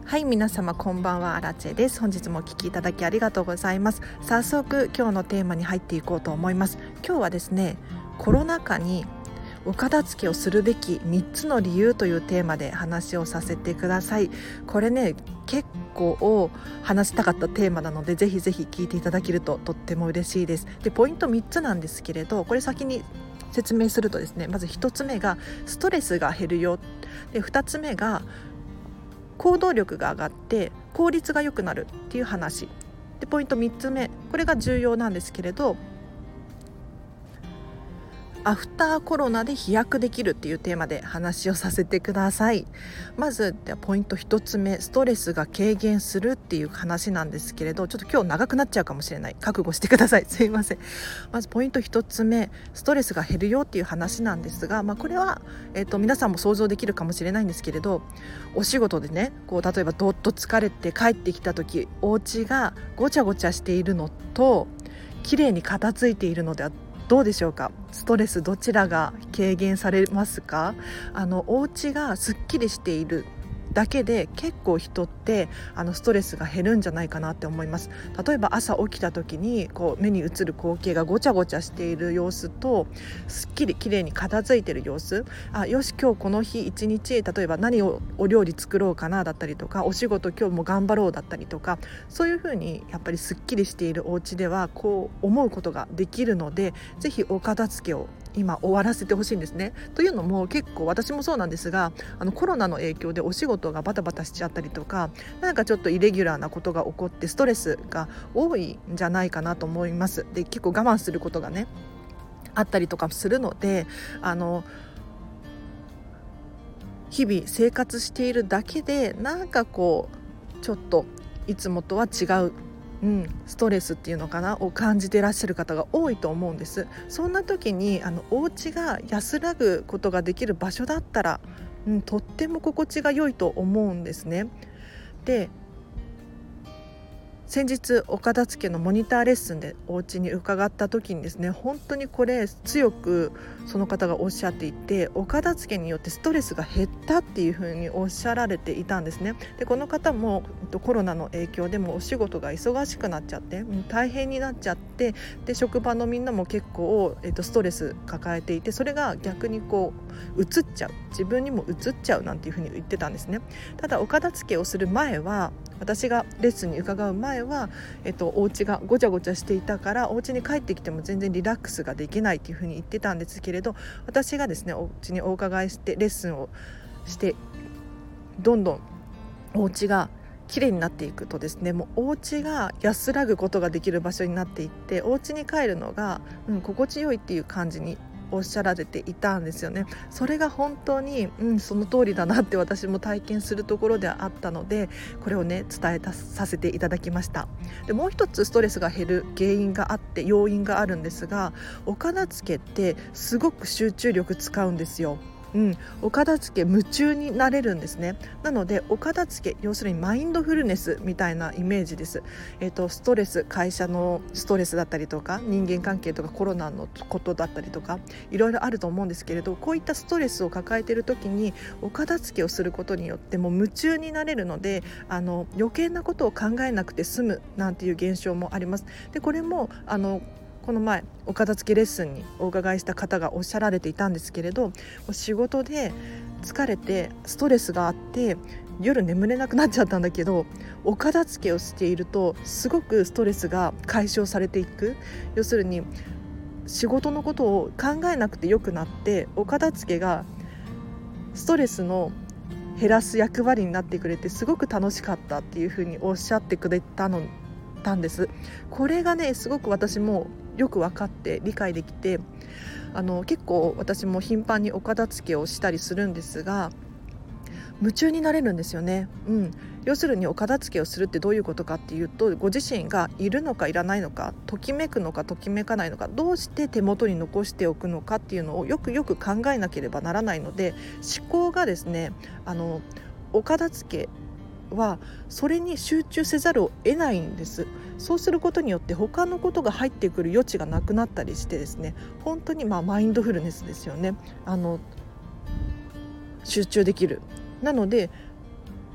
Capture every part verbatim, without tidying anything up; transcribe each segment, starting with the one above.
はい、皆様こんばんは。アラチェです。本日もお聞きいただきありがとうございます。早速今日のテーマに入っていこうと思います。今日はですね、コロナ禍にお片付けをするべきみっつの理由というテーマで話をさせてください。これね、結構話したかったテーマなので、ぜひぜひ聞いていただけるととっても嬉しいです。で、ポイントみっつなんですけれど、これ先に説明するとですね、まずひとつめがストレスが減るよ。で、ふたつめが行動力が上がって効率が良くなるっていう話で、ポイントみっつめ、これが重要なんですけれど、アフターコロナで飛躍できるっていうテーマで話をさせてください。まずではポイントひとつめ、ストレスが軽減するっていう話なんですけれど、ちょっと今日長くなっちゃうかもしれない、覚悟してください。すいません。まずポイントひとつめ、ストレスが減るよっていう話なんですが、まあ、これは、えーと、皆さんも想像できるかもしれないんですけれど、お仕事でね、こう例えばどっと疲れて帰ってきた時、お家がごちゃごちゃしているのと綺麗に片付いているのではどうでしょうか。ストレスどちらが軽減されますか？あのお家がすっきりしているだけで結構人ってあのストレスが減るんじゃないかなって思います。例えば朝起きた時にこう目に映る光景がごちゃごちゃしている様子と、すっきりきれいに片付いている様子、あ、よし今日この日一日、例えば何をお料理作ろうかなだったりとか、お仕事今日も頑張ろうだったりとか、そういうふうにやっぱりすっきりしているお家ではこう思うことができるので、ぜひお片付けを今終わらせてほしいんですね。というのも結構私もそうなんですが、あのコロナの影響でお仕事がバタバタしちゃったりとか、なんかちょっとイレギュラーなことが起こってストレスが多いんじゃないかなと思います。で、結構我慢することがねあったりとかするので、あの日々生活しているだけでなんかこうちょっといつもとは違う、うん、ストレスっていうのかなを感じていらっしゃる方が多いと思うんです。そんな時にあのお家が安らぐことができる場所だったら、うん、とっても心地が良いと思うんですね。で、先日お片付けのモニターレッスンでお家に伺った時にですね、本当にこれ強くその方がおっしゃっていて、お片付けによってストレスが減ったっていうふうにおっしゃられていたんですね。で、この方もコロナの影響でもお仕事が忙しくなっちゃって大変になっちゃって、で職場のみんなも結構、えっと、ストレス抱えていて、それが逆にこう移っちゃう、自分にも移っちゃうなんていうふうに言ってたんですね。ただお片付けをする前は、私がレッスンに伺う前は、えっと、お家がごちゃごちゃしていたから、お家に帰ってきても全然リラックスができないというふうに言ってたんですけれど、私がですねお家にお伺いしてレッスンをして、どんどんお家が綺麗になっていくとですね、もうお家が安らぐことができる場所になっていって、お家に帰るのが、うん、心地よいっていう感じにおっしゃられていたんですよね。それが本当に、うん、その通りだなって私も体験するところではあったので、これをね伝えたさせていただきました。で、もう一つストレスが減る原因があって、要因があるんですが、お片付けってすごく集中力使うんですよ。うん、お片付け夢中になれるんですね。なのでお片付け、要するにマインドフルネスみたいなイメージです。えーと、ストレス、会社のストレスだったりとか、人間関係とかコロナのことだったりとか、いろいろあると思うんですけれど、こういったストレスを抱えている時にお片付けをすることによってもう夢中になれるので、あの余計なことを考えなくて済むなんていう現象もあります。で、これもあのこの前お片付けレッスンにお伺いした方がおっしゃられていたんですけれど、仕事で疲れてストレスがあって夜眠れなくなっちゃったんだけど、お片付けをしているとすごくストレスが解消されていく。要するに仕事のことを考えなくてよくなって、お片付けがストレスの減らす役割になってくれて、すごく楽しかったっていうふうにおっしゃってくれたのたんです。これがねすごく私もよく分かって理解できて、あの結構私も頻繁にお片付けをしたりするんですが、夢中になれるんですよね。うん、要するにお片付けをするってどういうことかっていうと、ご自身がいるのかいらないのか、ときめくのかときめかないのか、どうして手元に残しておくのかっていうのをよくよく考えなければならないので、思考がですね、あのお片付けはそれに集中せざるを得ないんです。そうすることによって他のことが入ってくる余地がなくなったりしてですね、本当にまあマインドフルネスですよね。あの集中できる。なので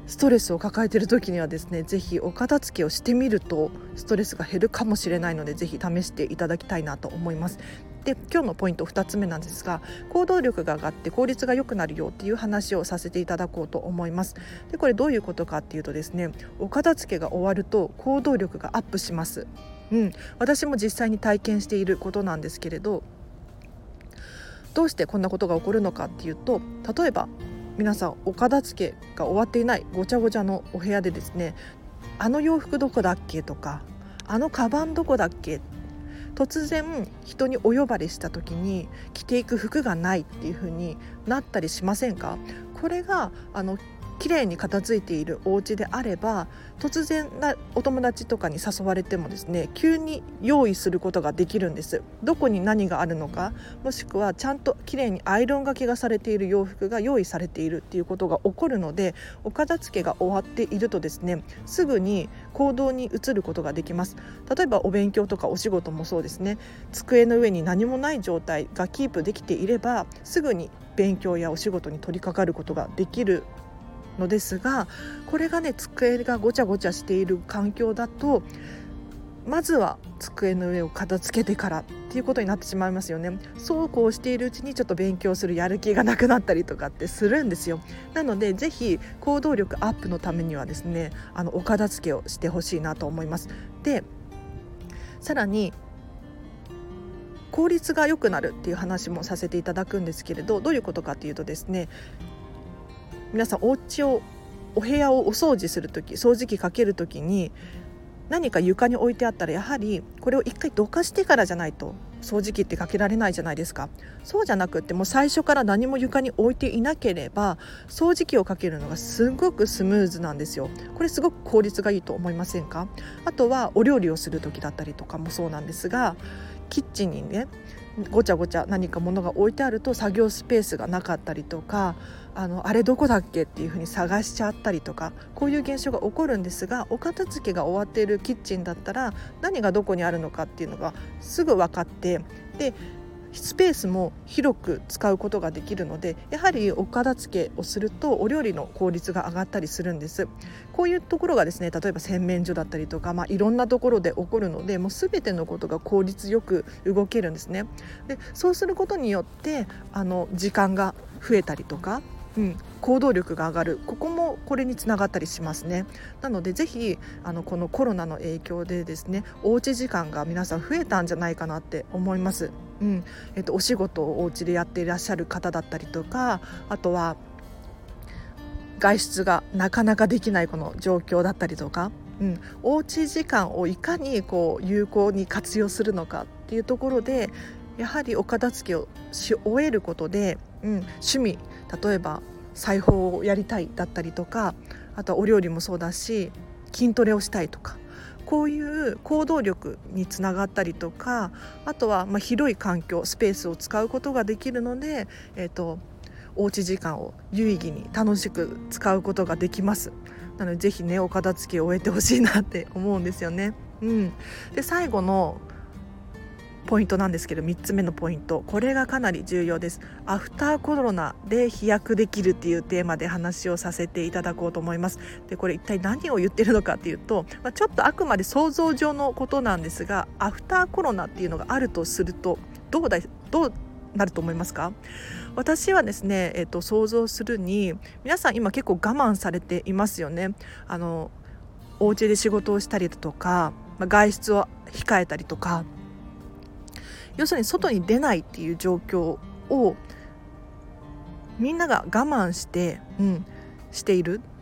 ストレスを抱えている時にはですね、ぜひお片付けをしてみるとストレスが減るかもしれないので、ぜひ試していただきたいなと思います。で、今日のポイントふたつめなんですが、行動力が上がって効率が良くなるよっていう話をさせていただこうと思います。で、これどういうことかっていうとですね、お片付けが終わると行動力がアップします。うん、私も実際に体験していることなんですけれど、どうしてこんなことが起こるのかっていうと、例えば皆さんお片付けが終わっていないごちゃごちゃのお部屋でですね、あの洋服どこだっけとか、あのカバンどこだっけ、突然人にお呼ばれした時に着ていく服がないっていう風になったりしませんか？これがあの綺麗に片付いているお家であれば、突然なお友達とかに誘われてもですね、急に用意することができるんです。どこに何があるのか、もしくはちゃんと綺麗にアイロンがけがされている洋服が用意されているっていうことが起こるので、お片付けが終わっているとですね、すぐに行動に移ることができます。例えばお勉強とかお仕事もそうですね、机の上に何もない状態がキープできていれば、すぐに勉強やお仕事に取り掛かることができるのですが、これがね、机がごちゃごちゃしている環境だと、まずは机の上を片付けてからっていうことになってしまいますよね。そうこうしているうちにちょっと勉強するやる気がなくなったりとかってするんですよ。なのでぜひ行動力アップのためにはですね、あのお片付けをしてほしいなと思います。で、さらに効率が良くなるっていう話もさせていただくんですけれど、どういうことかっていうとですね、皆さんお家をお部屋をお掃除するとき、掃除機かけるときに何か床に置いてあったら、やはりこれを一回どかしてからじゃないと掃除機ってかけられないじゃないですか。そうじゃなくって、もう最初から何も床に置いていなければ掃除機をかけるのがすごくスムーズなんですよ。これすごく効率がいいと思いませんか？あとはお料理をする時だったりとかもそうなんですが、キッチンにね、ごちゃごちゃ何か物が置いてあると作業スペースがなかったりとか、あのあれどこだっけっていう風に探しちゃったりとか、こういう現象が起こるんですが、お片付けが終わっているキッチンだったら何がどこにあるのかっていうのがすぐ分かって、でスペースも広く使うことができるので、やはりお片付けをするとお料理の効率が上がったりするんです。こういうところがですね、例えば洗面所だったりとか、まあ、いろんなところで起こるので、もう全てのことが効率よく動けるんですね。でそうすることによってあの時間が増えたりとか、うん、行動力が上がる、ここもこれにつながったりしますね。なのでぜひあのこのコロナの影響でですね、おうち時間が皆さん増えたんじゃないかなって思います。うんえっと、お仕事をお家でやっていらっしゃる方だったりとか、あとは外出がなかなかできないこの状況だったりとか、うん、おうち時間をいかにこう有効に活用するのかっていうところで、やはりお片付けをし終えることで、うん、趣味、例えば裁縫をやりたいだったりとか、あとはお料理もそうだし筋トレをしたいとか、こういう行動力につながったりとか、あとはまあ広い環境スペースを使うことができるので、えーと、おうち時間を有意義に楽しく使うことができます。なのでぜひね、お片付けを終えてほしいなって思うんですよね。うん、で最後のポイントなんですけど、みっつめのポイント、これがかなり重要です。アフターコロナで飛躍できるっていうテーマで話をさせていただこうと思います。でこれ一体何を言ってるのかっていうと、まあ、ちょっとあくまで想像上のことなんですが、アフターコロナっていうのがあるとするとどうだどうなると思いますか？私はですね、えーと、想像するに、皆さん今結構我慢されていますよね。あのお家で仕事をしたりだとか、まあ、外出を控えたりとか、要するに外に出ないっていう状況をみんなが我慢して、うん、している。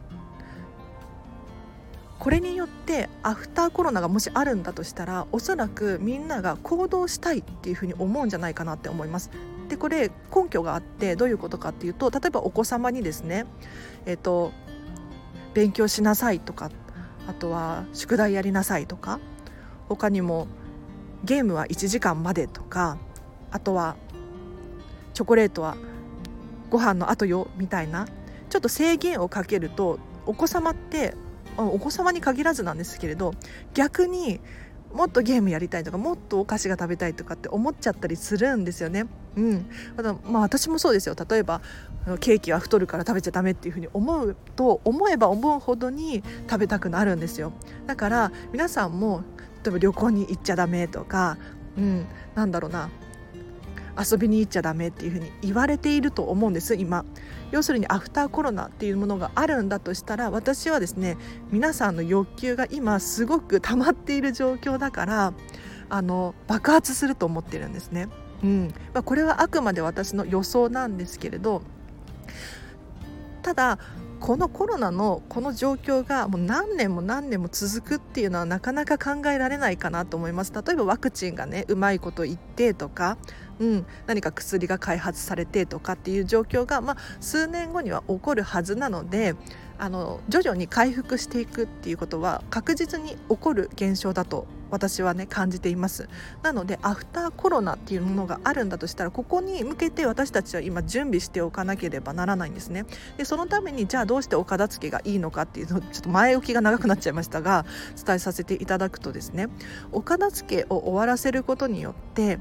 これによってアフターコロナがもしあるんだとしたら、おそらくみんなが行動したいっていうふうに思うんじゃないかなって思います。でこれ根拠があって、どういうことかっていうと、例えばお子様にですね、えっと勉強しなさいとか、あとは宿題やりなさいとか、他にもゲームはいちじかんまでとか、あとはチョコレートはご飯の後よみたいな、ちょっと制限をかけると、お子様ってお子様に限らずなんですけれど、逆にもっとゲームやりたいとか、もっとお菓子が食べたいとかって思っちゃったりするんですよね。 うん、また、まあ、私もそうですよ。例えばケーキは太るから食べちゃダメっていうふうに思うと思えば思うほどに食べたくなるんですよ。だから皆さんも例えば旅行に行っちゃダメとか、うん、なんだろうな遊びに行っちゃダメっていうふうに言われていると思うんです今。要するにアフターコロナっていうものがあるんだとしたら、私はですね皆さんの欲求が今すごく溜まっている状況だからあの爆発すると思ってるんですね。うんまあ、これはあくまで私の予想なんですけれど、ただこのコロナのこの状況がもう何年も何年も続くっていうのはなかなか考えられないかなと思います。例えばワクチンがねうまいこと言ってとか、うん、何か薬が開発されてとかっていう状況が、まあ、数年後には起こるはずなので、あの徐々に回復していくっていうことは確実に起こる現象だと私はね感じています。なのでアフターコロナっていうものがあるんだとしたら、ここに向けて私たちは今準備しておかなければならないんですね。でそのためにじゃあどうしてお片付けがいいのかっていうのをちょっと前置きが長くなっちゃいましたが伝えさせていただくとですね、お片付けを終わらせることによって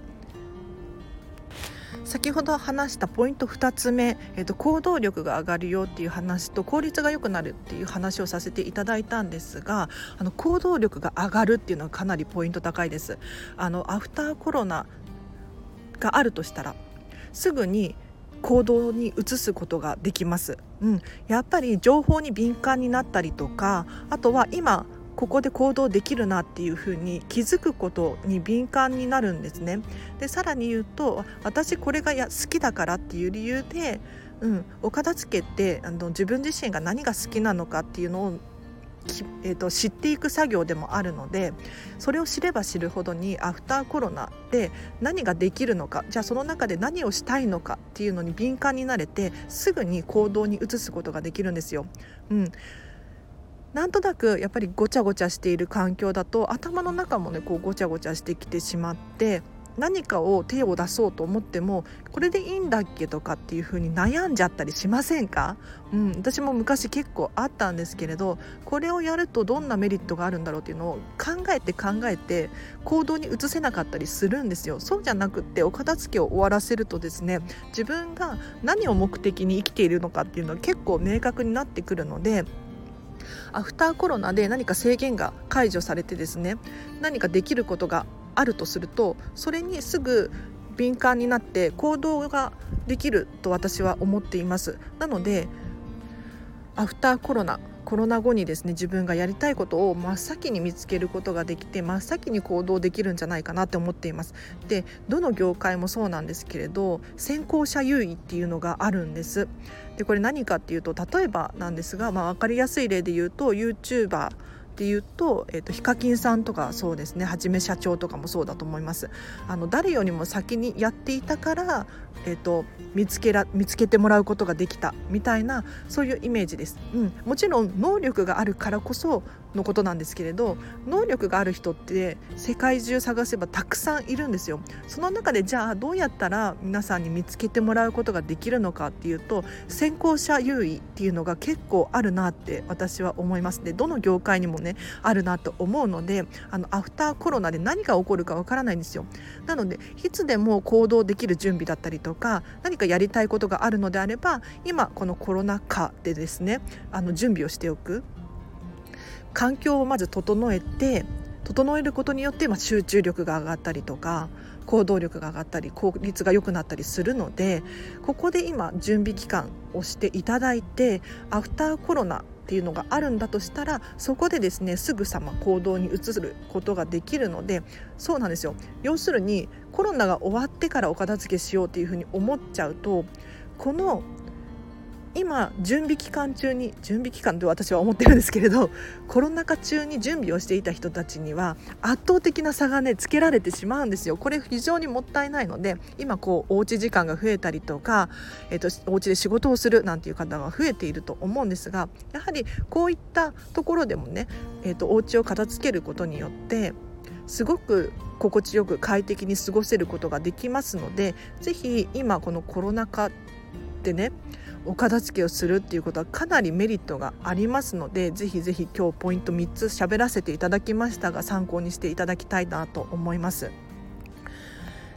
先ほど話したポイントふたつめ、えーと、行動力が上がるよっていう話と効率が良くなるっていう話をさせていただいたんですが、あの行動力が上がるっていうのはかなりポイント高いです。あのアフターコロナがあるとしたらすぐに行動に移すことができます、うん、やっぱり情報に敏感になったりとか、あとは今ここで行動できるなっていうふうに気づくことに敏感になるんですね。でさらに言うと、私これがや好きだからっていう理由で、うん、お片付けってあの自分自身が何が好きなのかっていうのをえー、と知っていく作業でもあるので、それを知れば知るほどにアフターコロナで何ができるのか、じゃあその中で何をしたいのかっていうのに敏感になれてすぐに行動に移すことができるんですよ。うん、なんとなくやっぱりごちゃごちゃしている環境だと頭の中もねこうごちゃごちゃしてきてしまって、何かを手を出そうと思ってもこれでいいんだっけとかっていう風に悩んじゃったりしませんか？うん、私も昔結構あったんですけれど、これをやるとどんなメリットがあるんだろうっていうのを考えて考えて行動に移せなかったりするんですよ。そうじゃなくってお片付けを終わらせるとですね、自分が何を目的に生きているのかっていうのは結構明確になってくるので、アフターコロナで何か制限が解除されてですね、何かできることがあるとすると、それにすぐ敏感になって行動ができると私は思っています。なのでアフターコロナコロナ後にですね、自分がやりたいことを真っ先に見つけることができて、真っ先に行動できるんじゃないかなって思っています。でどの業界もそうなんですけれど、先行者優位っていうのがあるんです。でこれ何かっていうと、例えばなんですが、まあ、分かりやすい例で言うと YouTuberっていうと、えーと、ヒカキンさんとかそうですね、はじめ社長とかもそうだと思います。あの誰よりも先にやっていたから、えーと、見つけら、見つけてもらうことができたみたいな、そういうイメージです、うん、もちろん能力があるからこそのことなんですけれど、能力がある人って世界中探せばたくさんいるんですよ。その中でじゃあどうやったら皆さんに見つけてもらうことができるのかっていうと、先行者優位っていうのが結構あるなって私は思います。でどの業界にもねあるなと思うので、あのアフターコロナで何が起こるかわからないんですよ。なのでいつでも行動できる準備だったりとか、何かやりたいことがあるのであれば、今このコロナ禍でですね、あの準備をしておく、環境をまず整えて整えることによって、まあ、集中力が上がったりとか行動力が上がったり効率が良くなったりするので、ここで今準備期間をしていただいて、アフターコロナっていうのがあるんだとしたら、そこでですねすぐさま行動に移ることができるので、そうなんですよ。要するにコロナが終わってからお片付けしようっていうふうに思っちゃうと、この今準備期間中に準備期間と私は思ってるんですけれど、コロナ禍中に準備をしていた人たちには圧倒的な差がねつけられてしまうんですよ。これ非常にもったいないので、今こうおうち時間が増えたりとか、えーと、お家で仕事をするなんていう方が増えていると思うんですが、やはりこういったところでもね、えーと、お家を片付けることによってすごく心地よく快適に過ごせることができますので、ぜひ今このコロナ禍でねお片付けをするっていうことはかなりメリットがありますので、ぜひぜひ今日ポイントみっつ喋らせていただきましたが、参考にしていただきたいなと思います。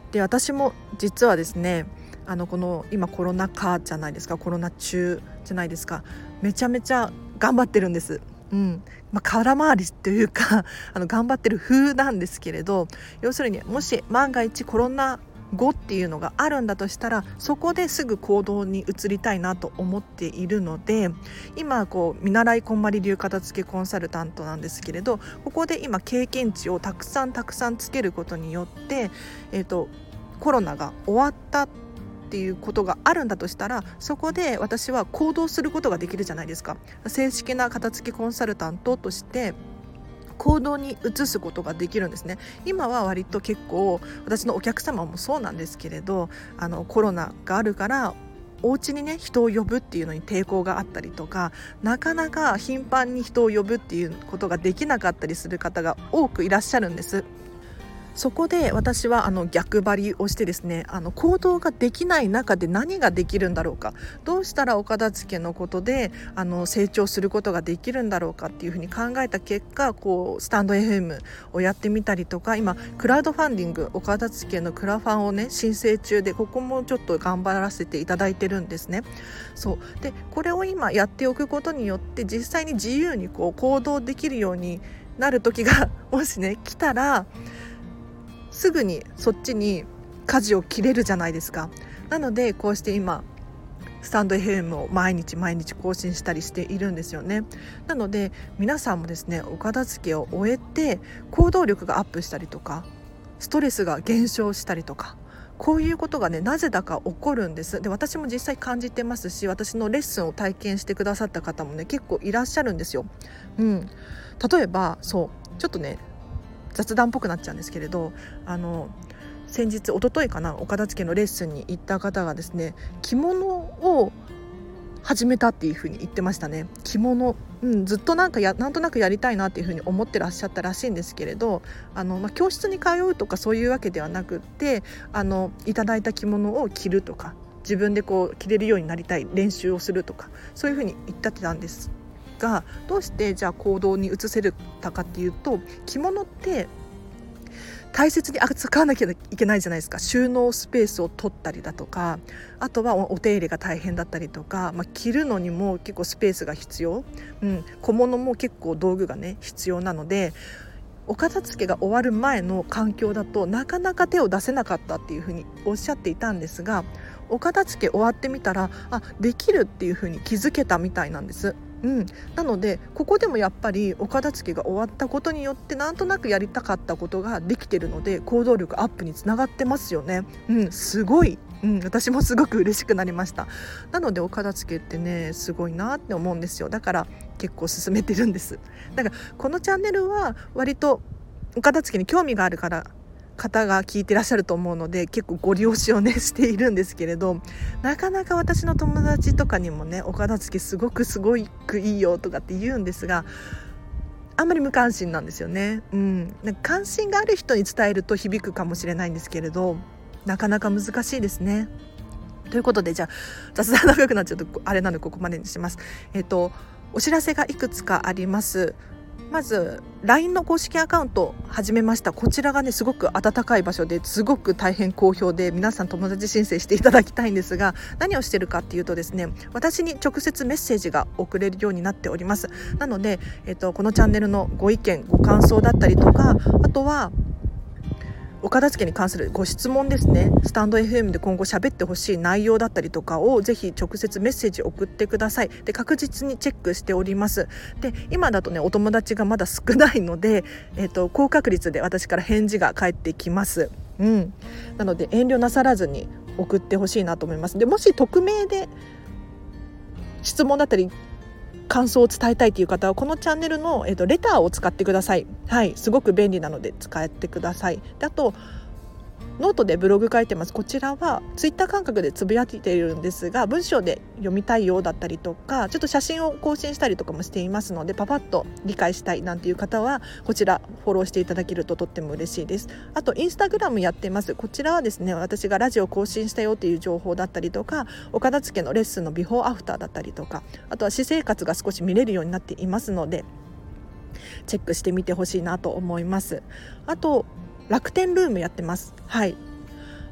で私も実はですね、あのこの今コロナ禍じゃないですか、コロナ中じゃないですか、めちゃめちゃ頑張ってるんです。うんまあ、空回りというかあの頑張ってる風なんですけれど、要するにもし万が一コロナ後っていうのがあるんだとしたら、そこですぐ行動に移りたいなと思っているので、今こう見習いこんまり流片付けコンサルタントなんですけれど、ここで今経験値をたくさんたくさんつけることによって、えーと、コロナが終わったっていうことがあるんだとしたら、そこで私は行動することができるじゃないですか。正式な片付けコンサルタントとして行動に移すことができるんですね。今は割と結構私のお客様もそうなんですけれど、あのコロナがあるからお家にね人を呼ぶっていうのに抵抗があったりとか、なかなか頻繁に人を呼ぶっていうことができなかったりする方が多くいらっしゃるんです。そこで私はあの逆張りをしてですね、あの行動ができない中で何ができるんだろうか、どうしたらお片付けのことであの成長することができるんだろうかっていうふうに考えた結果、こうスタンド エフエム をやってみたりとか、今クラウドファンディング、お片付けのクラファンをね申請中で、ここもちょっと頑張らせていただいてるんですね。そうでこれを今やっておくことによって、実際に自由にこう行動できるようになる時がもしね来たら、すぐにそっちに舵を切れるじゃないですか。なのでこうして今スタンド エフエム を毎日毎日更新したりしているんですよね。なので皆さんもですね、お片付けを終えて行動力がアップしたりとか、ストレスが減少したりとか、こういうことがねなぜだか起こるんです。で私も実際感じてますし、私のレッスンを体験してくださった方もね結構いらっしゃるんですよ。うん、例えばそうちょっとね雑談っぽくなっちゃうんですけれど、あの先日一昨日かな、お片付けのレッスンに行った方がですね、着物を始めたっていうふうに言ってましたね。着物、うん、ずっとなんかやなんとなくやりたいなっていうふうに思ってらっしゃったらしいんですけれど、あの、まあ、教室に通うとかそういうわけではなくって、あのいただいた着物を着るとか、自分でこう着れるようになりたい練習をするとか、そういうふうに言ってたんですが、どうしてじゃあ行動に移せるたかっていうと、着物って大切に扱わなきゃいけないじゃないですか。収納スペースを取ったりだとか、あとはお手入れが大変だったりとか、まあ、着るのにも結構スペースが必要、うん、小物も結構道具がね必要なので、お片付けが終わる前の環境だとなかなか手を出せなかったっていうふうにおっしゃっていたんですが、お片付け終わってみたら、あ、できるっていうふうに気づけたみたいなんです。うん、なのでここでもやっぱりお片付けが終わったことによってなんとなくやりたかったことができてるので、行動力アップにつながってますよね。うん、すごい、うん、私もすごく嬉しくなりました。なのでお片付けってねすごいなって思うんですよ。だから結構進めてるんです。だからこのチャンネルは割とお片付けに興味があるから方が聞いてらっしゃると思うので、結構ご利用しをねしているんですけれど、なかなか私の友達とかにもね、お片付けすごくすごくいいよとかって言うんですが、あんまり無関心なんですよね。うん、なんか関心がある人に伝えると響くかもしれないんですけれど、なかなか難しいですね。ということで、じゃあ雑談長くなっちゃうとあれなのでここまでにします。えっとお知らせがいくつかあります。まず ライン の公式アカウント始めました。こちらがねすごく温かい場所ですごく大変好評で、皆さん友達申請していただきたいんですが、何をしてるかっていうとですね、私に直接メッセージが送れるようになっております。なので、えっと、このチャンネルのご意見ご感想だったりとか、あとはお片付けに関するご質問ですね、スタンド エフエム で今後喋ってほしい内容だったりとかをぜひ直接メッセージ送ってください。で確実にチェックしております。で今だとねお友達がまだ少ないので、えーと、高確率で私から返事が返ってきます。うん、なので遠慮なさらずに送ってほしいなと思います。でもし匿名で質問だったり感想を伝えたいという方はこのチャンネルの、えーと、レターを使ってください。はい、すごく便利なので使ってください。であとノートでブログ書いてます。こちらはツイッター感覚でつぶやいているんですが、文章で読みたいよだったりとか、ちょっと写真を更新したりとかもしていますので、パパッと理解したいなんていう方はこちらフォローしていただけるととっても嬉しいです。あとインスタグラムやってます。こちらはですね、私がラジオ更新したよっていう情報だったりとか、お片付けのレッスンのビフォーアフターだったりとか、あとは私生活が少し見れるようになっていますので、チェックしてみてほしいなと思います。あと楽天ルームやってます。はい、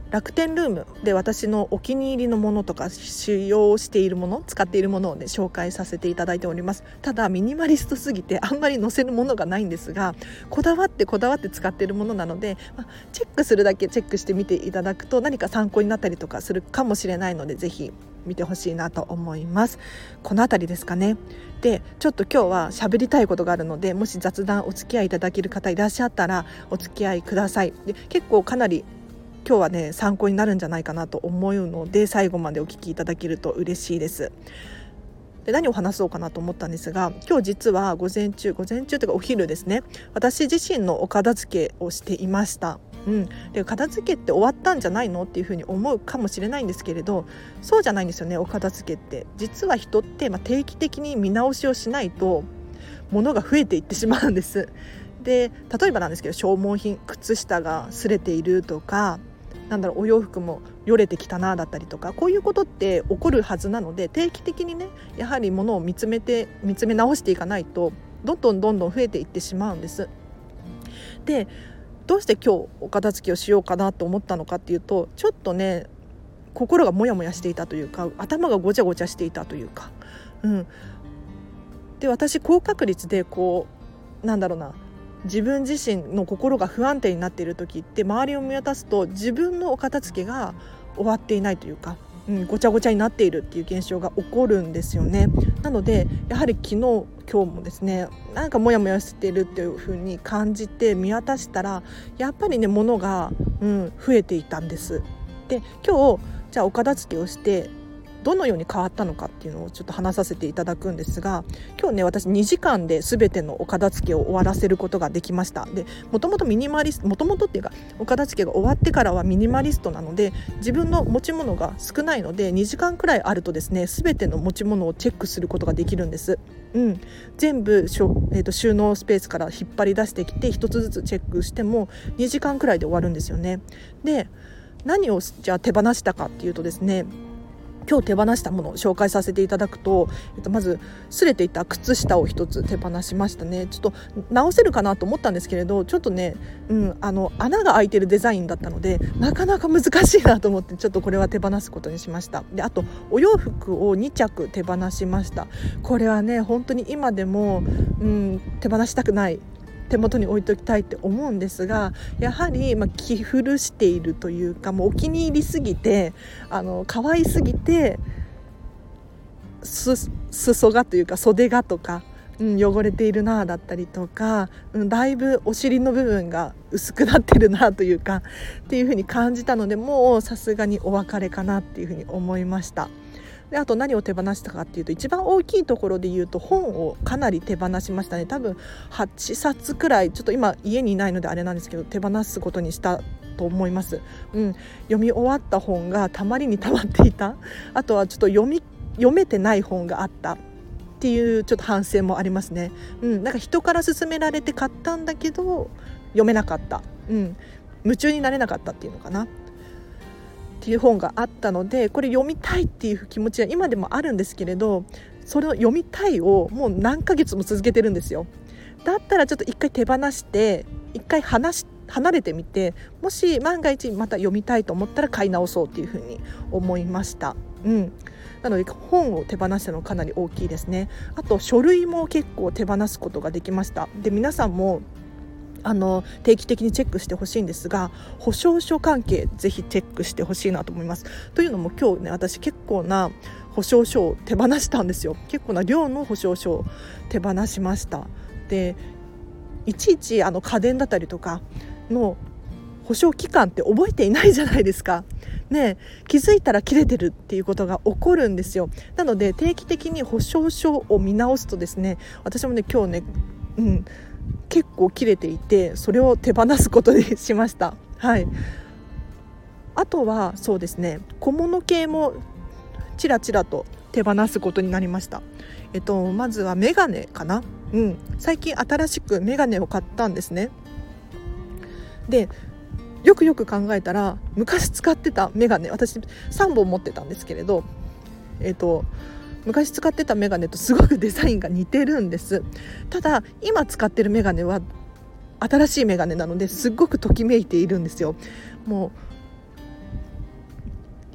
楽天ルームで私のお気に入りのものとか使用しているもの、使っているものを、ね、紹介させていただいております。ただミニマリストすぎてあんまり載せるものがないんですが、こだわってこだわって使っているものなので、まあ、チェックするだけチェックしてみていただくと何か参考になったりとかするかもしれないので、ぜひ見てほしいなと思います。このあたりですかね。でちょっと今日は喋りたいことがあるので、もし雑談お付き合いいただける方いらっしゃったらお付き合いください。で結構かなり今日はね参考になるんじゃないかなと思うので、最後までお聞きいただけると嬉しいです。で何を話そうかなと思ったんですが、今日実は午前中午前中というかお昼ですね、私自身のお片付けをしていました。うん、で片付けって終わったんじゃないのっていうふうに思うかもしれないんですけれど、そうじゃないんですよね。お片付けって実は人って、まあ、定期的に見直しをしないと物が増えていってしまうんです。で例えばなんですけど、消耗品、靴下が擦れているとか、なんだろう、お洋服もよれてきたなだったりとか、こういうことって起こるはずなので、定期的にねやはり物を見つめて見つめ直していかないとどんどんどんどん増えていってしまうんです。でどうして今日お片付けをしようかなと思ったのかっていうと、ちょっとね心がモヤモヤしていたというか、頭がごちゃごちゃしていたというか、うん、で私高確率でこうなんだろうな自分自身の心が不安定になっている時って、周りを見渡すと自分のお片付けが終わっていないというか、うん、ごちゃごちゃになっているっていう現象が起こるんですよね。なのでやはり昨日今日もですね、なんかモヤモヤしているっていう風に感じて見渡したら、やっぱりね物が、うん、増えていたんです。で今日じゃあお片付けをしてどのように変わったのかっていうのをちょっと話させていただくんですが、今日ね私にじかんで全てのお片付けを終わらせることができました。でもともとミニマリストもともとっていうかお片付けが終わってからはミニマリストなので、自分の持ち物が少ないのでにじかんくらいあるとですね、全ての持ち物をチェックすることができるんです。うん、全部しょ、えーと、収納スペースから引っ張り出してきて一つずつチェックしてもにじかんくらいで終わるんですよね。で何をじゃあ手放したかっていうとですね、今日手放したものを紹介させていただくと、えっと、まず擦れていた靴下を一つ手放しましたね。ちょっと直せるかなと思ったんですけれど、ちょっとね、うん、あの穴が開いてるデザインだったのでなかなか難しいなと思って、ちょっとこれは手放すことにしました。であとお洋服をにちゃく手放しました。これはね本当に今でも、うん、手放したくない、手元に置いときたいって思うんですが、やはり、まあ、着古しているというか、もうお気に入りすぎて、あの可愛すぎてす裾がというか袖がとか、うん、汚れているなだったりとか、うん、だいぶお尻の部分が薄くなってるなというかっていう風に感じたので、もうさすがにお別れかなっていう風に思いました。であと何を手放したかっていうと、一番大きいところで言うと本をかなり手放しましたね。多分はちさつくらい、ちょっと今家にいないのであれなんですけど手放すことにしたと思います。うん、読み終わった本がたまりにたまっていた、あとはちょっと読み読めてない本があったっていうちょっと反省もありますね。うん、なんか人から勧められて買ったんだけど読めなかった、うん、夢中になれなかったっていうのかなっていう本があったので、これ読みたいっていう気持ちは今でもあるんですけれど、それを読みたいをもう何ヶ月も続けてるんですよ。だったらちょっと一回手放して一回離し離れてみて、もし万が一また読みたいと思ったら買い直そうっていうふうに思いました。うん、なので本を手放したのかなり大きいですね。あと書類も結構手放すことができました。で皆さんもあの定期的にチェックしてほしいんですが、保証書関係ぜひチェックしてほしいなと思います。というのも今日ね私結構な保証書を手放したんですよ。結構な量の保証書を手放しました。でいちいちあの家電だったりとかの保証期間って覚えていないじゃないですかね。気づいたら切れてるっていうことが起こるんですよ。なので定期的に保証書を見直すとですね、私もね今日ね、うん、結構切れていて、それを手放すことにしました。はい。あとはそうですね、小物系もちらちらと手放すことになりました。えっとまずはメガネかな。うん、最近新しくメガネを買ったんですね。でよくよく考えたら、昔使ってたメガネ、私さんぼん持ってたんですけれど、えっと昔使ってたメガネとすごくデザインが似てるんです。ただ今使ってるメガネは新しいメガネなので、すごくときめいているんですよ。もう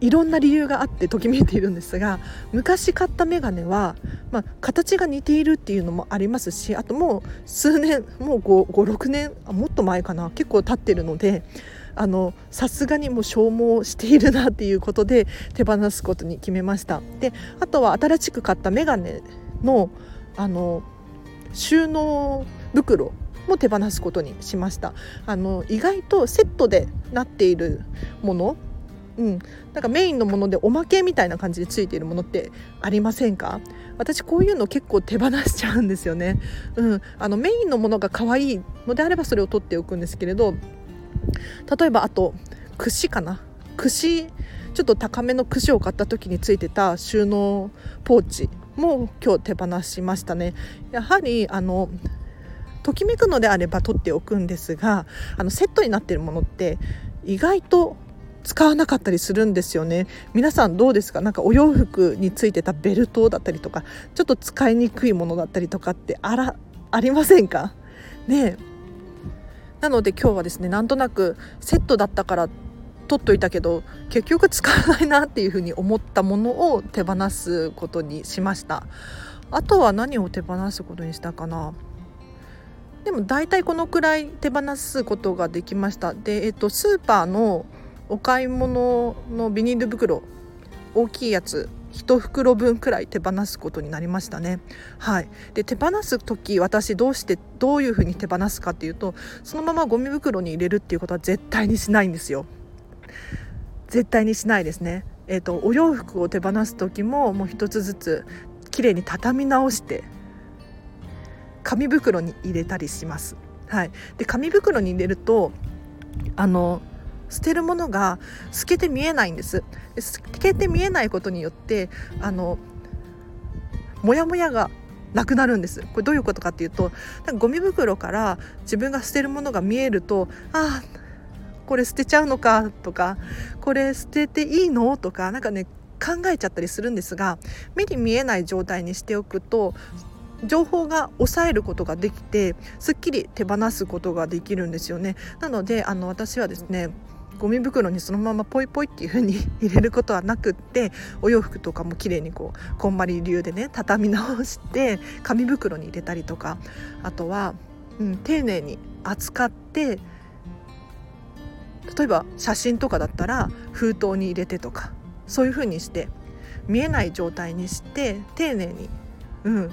いろんな理由があってときめいているんですが、昔買ったメガネは、まあ、形が似ているっていうのもありますし、あともう数年もうごろくねんもっと前かな、結構経ってるので、あのさすがにもう消耗しているなっていうことで手放すことに決めました。であとは新しく買ったメガネのあの収納袋も手放すことにしました。あの意外とセットでなっているもの、うん、なんかメインのものでおまけみたいな感じでついているものってありませんか？私こういうの結構手放しちゃうんですよね、うん、あのメインのものが可愛いのであればそれを取っておくんですけれど、例えばあと櫛かな、櫛ちょっと高めの櫛を買った時についてた収納ポーチも今日手放しましたね。やはりあのときめくのであれば取っておくんですが、あのセットになっているものって意外と使わなかったりするんですよね。皆さんどうですか？なんかお洋服についてたベルトだったりとか、ちょっと使いにくいものだったりとかってあらありませんかね。なので今日はですね、なんとなくセットだったから取っといたけど結局使わないなっていうふうに思ったものを手放すことにしました。あとは何を手放すことにしたかな。でも大体このくらい手放すことができました。で、えっと、スーパーのお買い物のビニール袋、大きいやついち袋分くらい手放すことになりましたね。はい。で手放す時、私どうしてどういうふうに手放すかっていうと、そのままゴミ袋に入れるっていうことは絶対にしないんですよ。絶対にしないですね。えっと、お洋服を手放す時ももう一つずつきれいに畳み直して紙袋に入れたりします。はい。で紙袋に入れるとあの捨てるものが透けて見えないんです。透けて見えないことによってあのモヤモヤがなくなるんです。これどういうことかっていうと、なんかゴミ袋から自分が捨てるものが見えると、ああこれ捨てちゃうのかとか、これ捨てていいのとか、なんかね考えちゃったりするんですが、目に見えない状態にしておくと情報が抑えることができて、すっきり手放すことができるんですよね。なのであの私はですね、ゴミ袋にそのままポイポイっていう風に入れることはなくって、お洋服とかもきれいにこうこんまり流でね畳み直して紙袋に入れたりとか、あとは、うん、丁寧に扱って、例えば写真とかだったら封筒に入れてとか、そういう風にして見えない状態にして丁寧に、うん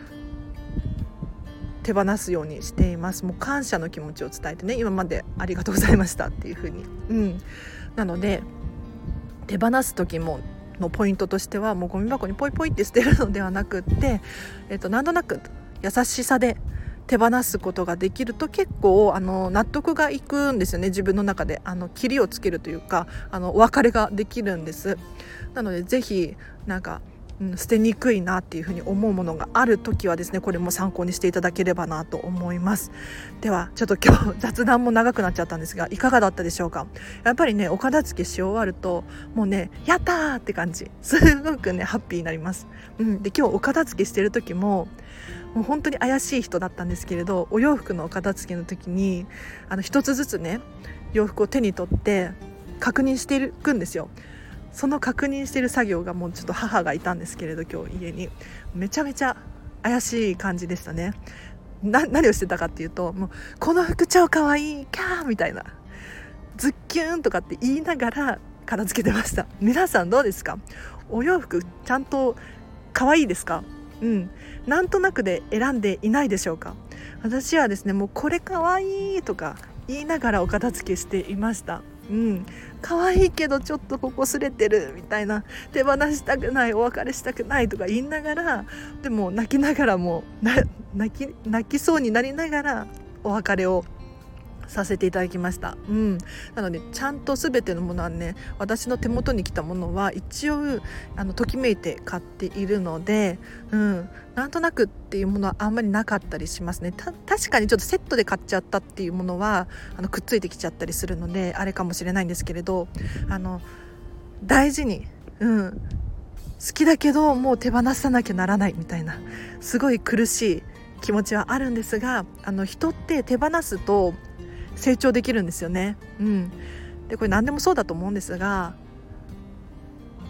手放すようにしています。もう感謝の気持ちを伝えてね、今までありがとうございましたっていう風に、うん、なので手放す時ものポイントとしては、もうゴミ箱にポイポイって捨てるのではなくって、えっと、なんとなく優しさで手放すことができると結構あの納得がいくんですよね。自分の中であの切りをつけるというか、あのお別れができるんです。なのでぜひなんかうん、捨てにくいなっていうふうに思うものがあるときはですね、これも参考にしていただければなと思います。ではちょっと今日雑談も長くなっちゃったんですが、いかがだったでしょうか。やっぱりね、お片付けし終わるともうね、やったーって感じ、すごくねハッピーになります、うん、で今日お片付けしてる時ももう本当に怪しい人だったんですけれど、お洋服のお片付けの時にあの一つずつね洋服を手に取って確認していくんですよ。その確認している作業が、もうちょっと母がいたんですけれど、今日家にめちゃめちゃ怪しい感じでしたね。な何をしてたかっていうと、もうこの服超かわいいキャーみたいな、ズッキューンとかって言いながら片付けてました。皆さんどうですか？お洋服ちゃんとかわいいですか？うん、なんとなくで選んでいないでしょうか？私はですね、もうこれかわいいとか言いながらお片付けしていました。うん、可愛いけどちょっとここ擦れてるみたいな、手放したくない、お別れしたくないとか言いながら、でも泣きながらもな泣き泣きそうになりながらお別れをさせていただきました、うん、なのでちゃんと全てのものはね、私の手元に来たものは一応あのときめいて買っているので、うん、なんとなくっていうものはあんまりなかったりしますね。た確かにちょっとセットで買っちゃったっていうものはあのくっついてきちゃったりするのであれかもしれないんですけれど、あの大事に、うん、好きだけどもう手放さなきゃならないみたいな、すごい苦しい気持ちはあるんですが、あの人って手放すと成長できるんですよね、うん、でこれ何でもそうだと思うんですが、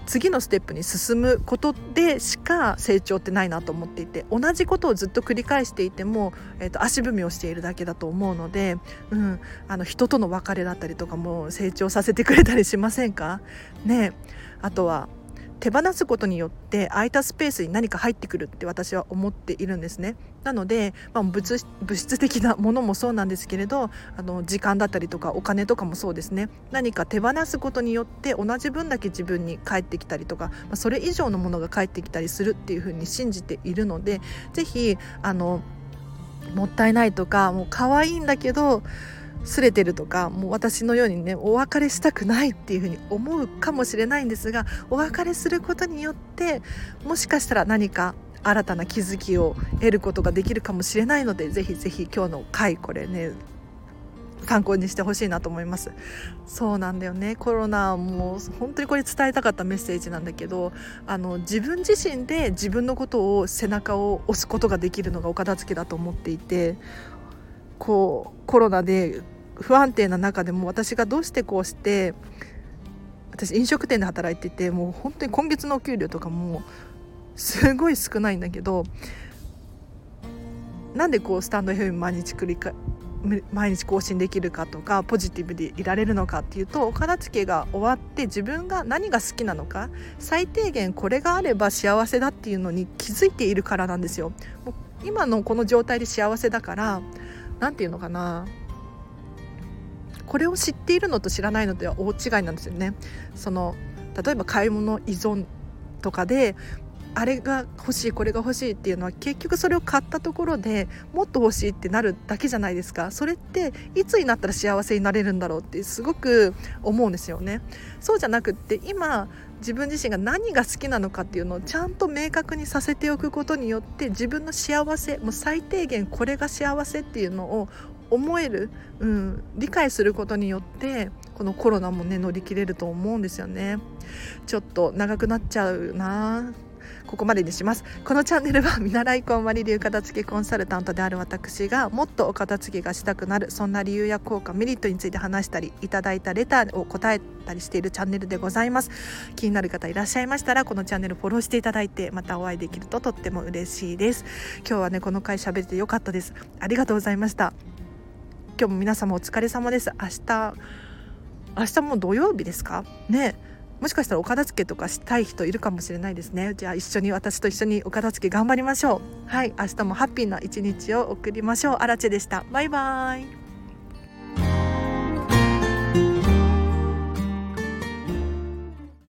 次のステップに進むことでしか成長ってないなと思っていて、同じことをずっと繰り返していても、えーと、足踏みをしているだけだと思うので、うん、あの人との別れだったりとかも成長させてくれたりしませんかね。あとは手放すことによって空いたスペースに何か入ってくるって私は思っているんですね。なので、まあ、物, 物質的なものもそうなんですけれど、あの時間だったりとかお金とかもそうですね。何か手放すことによって同じ分だけ自分に返ってきたりとか、まあ、それ以上のものが返ってきたりするっていうふうに信じているので、ぜひあのもったいないとか、もう可愛いんだけどすれてるとか、もう私のようにねお別れしたくないっていうふうに思うかもしれないんですが、お別れすることによってもしかしたら何か新たな気づきを得ることができるかもしれないので、ぜひぜひ今日の回これね参考にしてほしいなと思います。そうなんだよね、コロナも本当にこれ伝えたかったメッセージなんだけど、あの自分自身で自分のことを背中を押すことができるのがお片付けだと思っていて、こうコロナで不安定な中でも私がどうしてこうして、私飲食店で働いてて、もう本当に今月のお給料とかもすごい少ないんだけど、なんでこうスタンド エフエム 毎日繰り返毎日更新できるかとか、ポジティブでいられるのかっていうと、お片付けが終わって自分が何が好きなのか、最低限これがあれば幸せだっていうのに気づいているからなんですよ。もう今のこの状態で幸せだから、なんていうのかな、これを知っているのと知らないのでは大違いなんですよね。その例えば買い物依存とかで、あれが欲しいこれが欲しいっていうのは結局それを買ったところでもっと欲しいってなるだけじゃないですか。それっていつになったら幸せになれるんだろうってすごく思うんですよね。そうじゃなくって、今自分自身が何が好きなのかっていうのをちゃんと明確にさせておくことによって、自分の幸せ、もう最低限これが幸せっていうのを思える、うん、理解することによってこのコロナもね乗り切れると思うんですよね。ちょっと長くなっちゃうな、ここまでにします。このチャンネルは見習いこんまり流片付けコンサルタントである私がもっとお片付けがしたくなる、そんな理由や効果メリットについて話したり、いただいたレターを答えたりしているチャンネルでございます。気になる方いらっしゃいましたら、このチャンネルフォローしていただいて、またお会いできるととっても嬉しいです。今日はねこの回喋れてよかったです。ありがとうございました。今日も皆様お疲れ様です。明日明日も土曜日ですかね。もしかしたらお片付けとかしたい人いるかもしれないですね。じゃあ一緒に、私と一緒にお片付け頑張りましょう。はい、明日もハッピーな一日を送りましょう。アラチェでした。バイバイ。